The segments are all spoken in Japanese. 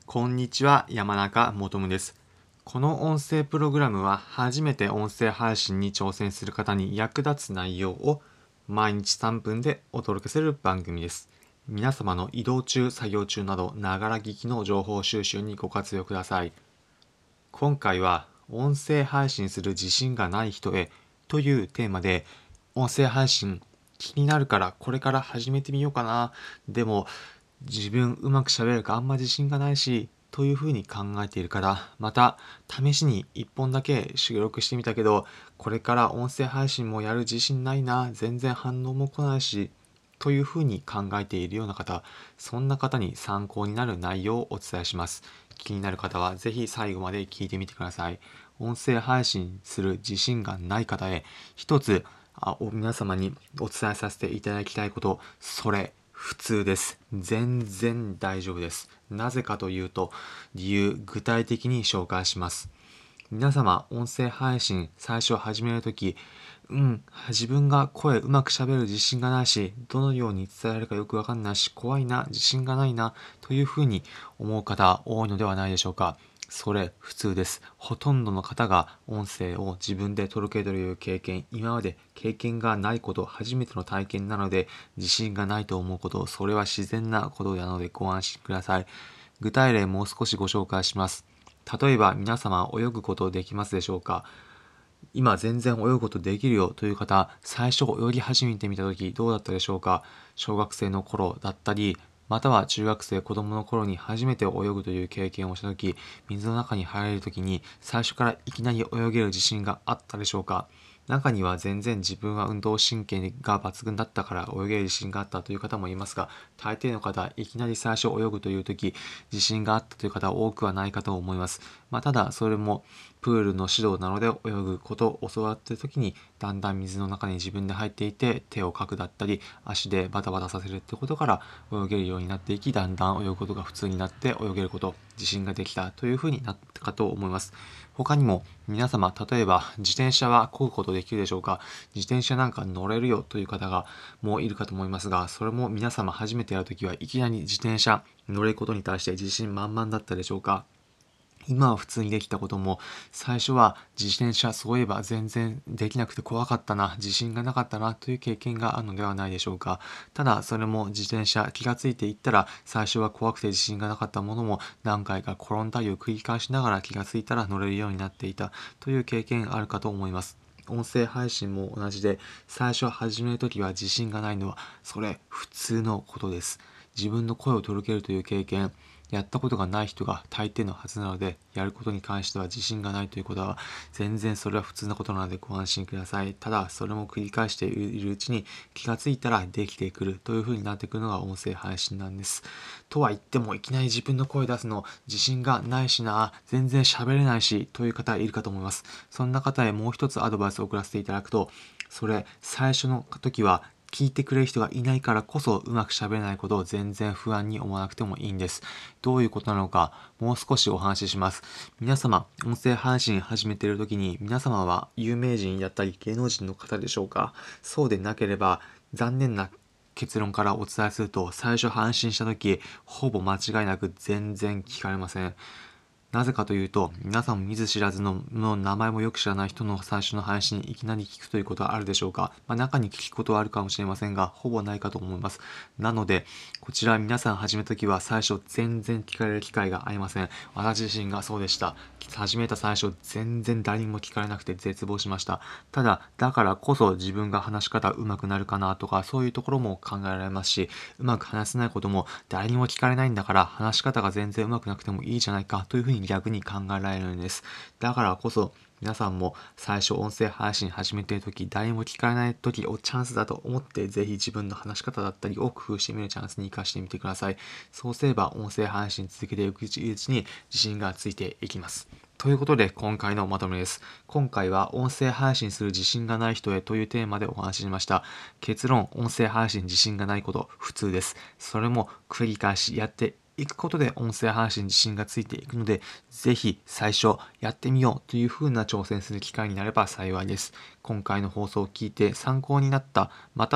こんにちは、山中もとむです。この音声プログラムは初めて音声配信に挑戦する方に役立つ内容を毎日3分でお届けする番組です。皆様の移動中、作業中など、ながら聞きの情報収集にご活用ください。今回は音声配信する自信がない人へというテーマで、音声配信気になるからこれから始めてみようかな。でも自分うまく喋るかあんま自信がないし、というふうに考えている方、また試しに1本だけ収録してみたけど、これから音声配信もやる自信ないな、全然反応も来ないし、というふうに考えているような方、そんな方に参考になる内容をお伝えします。気になる方はぜひ最後まで聞いてみてください。音声配信する自信がない方へ、一つ皆様にお伝えさせていただきたいこと、それ普通です。全然大丈夫です。なぜかというと、理由具体的に紹介します。皆様、音声配信最初始めるとき、自分が声うまく喋る自信がないし、どのように伝えるかよくわかんないし、怖いな、自信がないな、というふうに思う方多いのではないでしょうか。それ普通です。ほとんどの方が音声を自分で届けるという経験、今まで経験がないこと、初めての体験なので、自信がないと思うこと、それは自然なことなのでご安心ください。具体例もう少しご紹介します。例えば皆様泳ぐことできますでしょうか？今全然泳ぐことできるよという方、最初泳ぎ始めてみたときどうだったでしょうか？小学生の頃だったり、または中学生、子供の頃に初めて泳ぐという経験をしたとき、水の中に入れるときに最初からいきなり泳げる自信があったでしょうか？中には全然自分は運動神経が抜群だったから泳げる自信があったという方もいますが、大抵の方、いきなり最初泳ぐという時、自信があったという方は多くはないかと思います。ただ、それもプールの指導なので泳ぐことを教わっている時に、だんだん水の中に自分で入っていて、手をかくだったり、足でバタバタさせるってことから泳げるようになっていき、だんだん泳ぐことが普通になって泳げること、自信ができたというふうになったかと思います。他にも皆様、例えば自転車は漕ぐことできるでしょうか？自転車なんか乗れるよという方がもういるかと思いますが、それも皆様初めてやるときはいきなり自転車乗れることに対して自信満々だったでしょうか？今は普通にできたことも、最初は自転車そういえば全然できなくて怖かったな、自信がなかったなという経験があるのではないでしょうか。ただそれも自転車気がついていったら、最初は怖くて自信がなかったものも何回か転んだりを繰り返しながら気がついたら乗れるようになっていたという経験あるかと思います。音声配信も同じで、最初始めるときは自信がないのは、それ普通のことです。自分の声を届けるという経験、やったことがない人が大抵のはずなので、やることに関しては自信がないということは、全然それは普通なことなのでご安心ください。ただ、それも繰り返しているうちに気がついたらできてくるという風になってくるのが音声配信なんです。とは言っても、いきなり自分の声出すの自信がないしな、全然喋れないし、という方いるかと思います。そんな方へもう一つアドバイスを送らせていただくと、それ、最初の時は聞いてくれる人がいないからこそうまく喋れないことを全然不安に思わなくてもいいんです。どういうことなのか、もう少しお話しします。皆様、音声配信始めている時に、皆様は有名人やったり芸能人の方でしょうか？そうでなければ、残念な結論からお伝えすると、最初配信した時、ほぼ間違いなく全然聞かれません。なぜかというと、皆さんも見ず知らずの名前もよく知らない人の最初の配信にいきなり聞くということはあるでしょうか？中に聞くことはあるかもしれませんが、ほぼないかと思います。なので、こちら皆さん始めたときは最初全然聞かれる機会がありません。私自身がそうでした。始めた最初全然誰にも聞かれなくて絶望しました。ただ、だからこそ自分が話し方上手くなるかなとか、そういうところも考えられますし、うまく話せないことも誰にも聞かれないんだから話し方が全然上手くなくてもいいじゃないかというふうに逆に考えられるんです。だからこそ皆さんも最初音声配信始めているとき、誰も聞かれないときをチャンスだと思って、ぜひ自分の話し方だったりを工夫してみるチャンスに活かしてみてください。そうすれば音声配信続けていくうちに自信がついていきます。ということで今回のまとめです。今回は音声配信する自信がない人へというテーマでお話ししました。結論、音声配信自信がないこと普通です。それも繰り返しやっていくことで音声配信自信がついていくので、ぜひ最初やってみようという風な挑戦する機会になれば幸いです。今回の放送を聞いて参考になった、または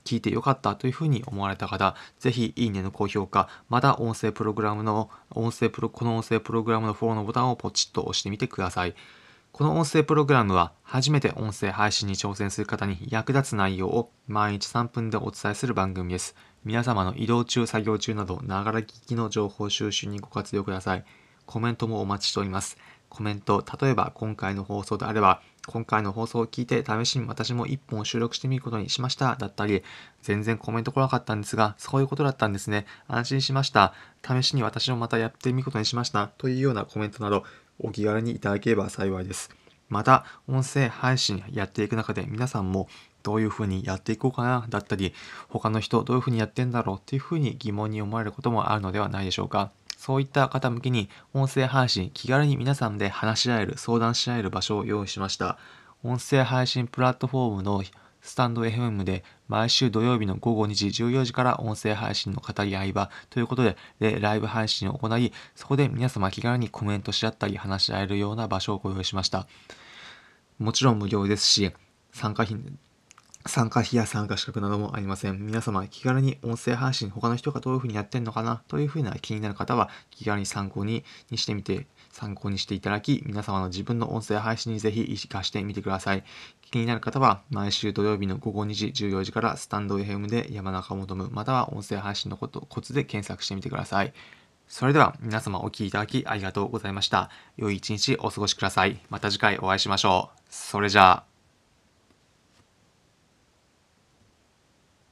聞いてよかったというふうに思われた方、ぜひいいねの高評価、またこの音声プログラムのフォローのボタンをポチッと押してみてください。この音声プログラムは初めて音声配信に挑戦する方に役立つ内容を毎日3分でお伝えする番組です。皆様の移動中、作業中など、ながら聞きの情報収集にご活用ください。コメントもお待ちしております。コメント、例えば今回の放送であれば、今回の放送を聞いて試しに私も1本収録してみることにしましただったり、全然コメント来なかったんですが、そういうことだったんですね。安心しました。試しに私もまたやってみることにしましたというようなコメントなど、お気軽にいただければ幸いです。また、音声配信やっていく中で皆さんもどういうふうにやっていこうかなだったり、他の人どういうふうにやってんだろうっていうふうに疑問に思われることもあるのではないでしょうか。そういった方向けに音声配信、気軽に皆さんで話し合える、相談し合える場所を用意しました。音声配信プラットフォームのスタンド FM で毎週土曜日の午後2時14時から音声配信の語り合い場ということでライブ配信を行い、そこで皆様気軽にコメントし合ったり話し合えるような場所をご用意しました。もちろん無料ですし、参加費や参加資格などもありません。皆様気軽に音声配信、他の人がどういうふうにやってんのかなというふうな気になる方は気軽に参考にしていただき、皆様の自分の音声配信にぜひ活かしてみてください。気になる方は毎週土曜日の午後2時14時からスタンド FM で山中もとむ、または音声配信のコツで検索してみてください。それでは皆様お聞きいただきありがとうございました。良い一日お過ごしください。また次回お会いしましょう。それじゃあ。